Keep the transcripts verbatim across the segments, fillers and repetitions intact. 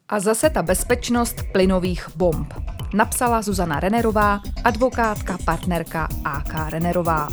A zase ta bezpečnost plynových bomb. Napsala Zuzana Rennerová, advokátka, partnerka á ká Rennerová.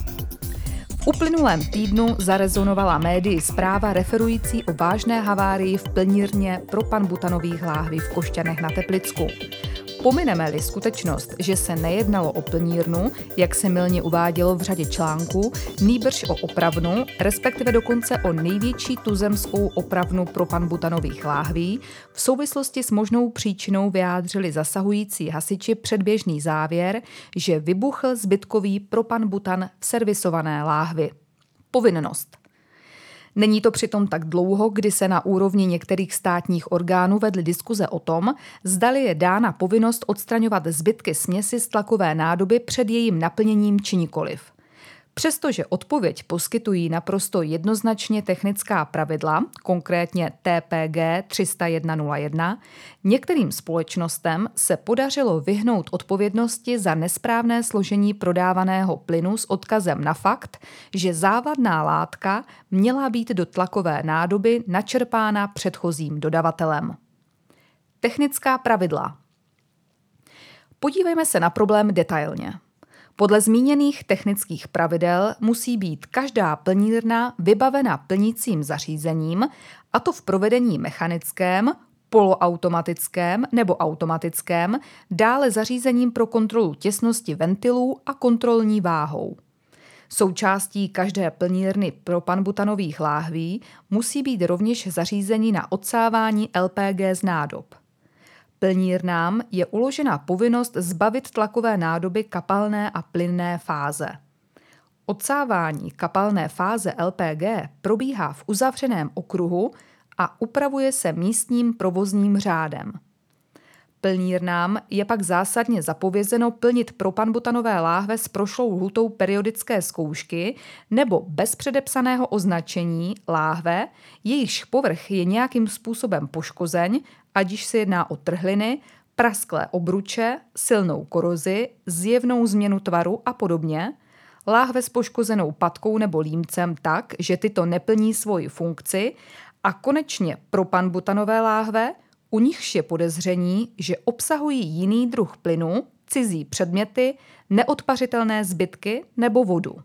V uplynulém týdnu zarezonovala médii zpráva referující o vážné havárii v plnírně propanbutanových láhví v Košťanech na Teplicku. Pomineme-li skutečnost, že se nejednalo o plnírnu, jak se mylně uvádělo v řadě článků, nýbrž o opravnu, respektive dokonce o největší tuzemskou opravnu propanbutanových láhví, v souvislosti s možnou příčinou vyjádřili zasahující hasiči předběžný závěr, že vybuchl zbytkový propanbutan v servisované láhvi. Povinnost. Není to přitom tak dlouho, kdy se na úrovni některých státních orgánů vedly diskuze o tom, zdali je dána povinnost odstraňovat zbytky směsi z tlakové nádoby před jejím naplněním či nikoliv. Přestože odpověď poskytují naprosto jednoznačně technická pravidla, konkrétně T P G tři sta jedna nula jedna, některým společnostem se podařilo vyhnout odpovědnosti za nesprávné složení prodávaného plynu s odkazem na fakt, že závadná látka měla být do tlakové nádoby načerpána předchozím dodavatelem. Technická pravidla. Podívejme se na problém detailně. Podle zmíněných technických pravidel musí být každá plnírna vybavena plnícím zařízením, a to v provedení mechanickém, poloautomatickém nebo automatickém, dále zařízením pro kontrolu těsnosti ventilů a kontrolní váhou. Součástí každé plnírny propanbutanových láhví musí být rovněž zařízení na odsávání L P G z nádob. Plnírnám je uložena povinnost zbavit tlakové nádoby kapalné a plynné fáze. Odsávání kapalné fáze L P G probíhá v uzavřeném okruhu a upravuje se místním provozním řádem. Plnírnám je pak zásadně zapovězeno plnit propanbutanové láhve s prošlou lhůtou periodické zkoušky nebo bez předepsaného označení láhve, jejichž povrch je nějakým způsobem poškozeň, ať již se jedná o trhliny, prasklé obruče, silnou korozi, zjevnou změnu tvaru a podobně, láhve s poškozenou patkou nebo límcem tak, že tyto neplní svoji funkci, a konečně propanbutanové láhve, u nichž je podezření, že obsahují jiný druh plynu, cizí předměty, neodpařitelné zbytky nebo vodu.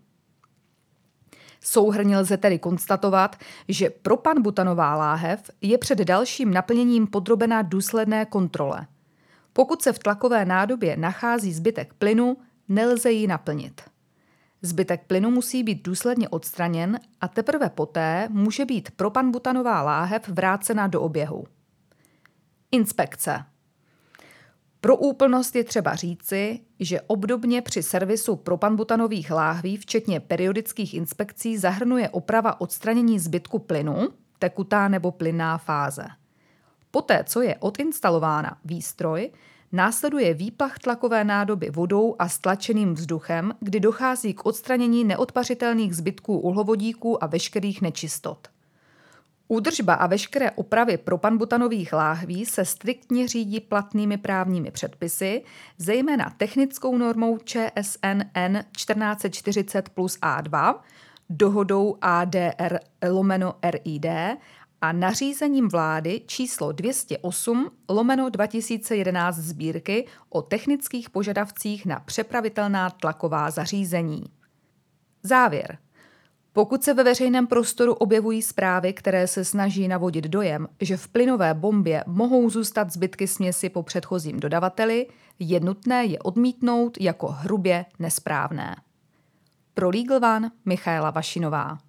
Souhrnně lze tedy konstatovat, že propanbutanová láhev je před dalším naplněním podrobena důsledné kontrole. Pokud se v tlakové nádobě nachází zbytek plynu, nelze ji naplnit. Zbytek plynu musí být důsledně odstraněn a teprve poté může být propanbutanová láhev vrácena do oběhu. Inspekce. Pro úplnost je třeba říci, že obdobně při servisu propanbutanových láhví, včetně periodických inspekcí, zahrnuje oprava odstranění zbytku plynu, tekutá nebo plynná fáze. Poté, co je odinstalovaná výstroj, následuje výplach tlakové nádoby vodou a stlačeným vzduchem, kdy dochází k odstranění neodpařitelných zbytků uhlovodíků a veškerých nečistot. Údržba a veškeré opravy propanbutanových láhví se striktně řídí platnými právními předpisy, zejména technickou normou Č S N N čtrnáct set čtyřicet plus A dva, dohodou A D R lomeno R I D a nařízením vlády číslo dvě stě osm lomeno dva tisíce jedenáct sbírky o technických požadavcích na přepravitelná tlaková zařízení. Závěr. Pokud se ve veřejném prostoru objevují zprávy, které se snaží navodit dojem, že v plynové bombě mohou zůstat zbytky směsi po předchozím dodavateli, je nutné je odmítnout jako hrubě nesprávné. Pro Legal One Michaela Vašinová.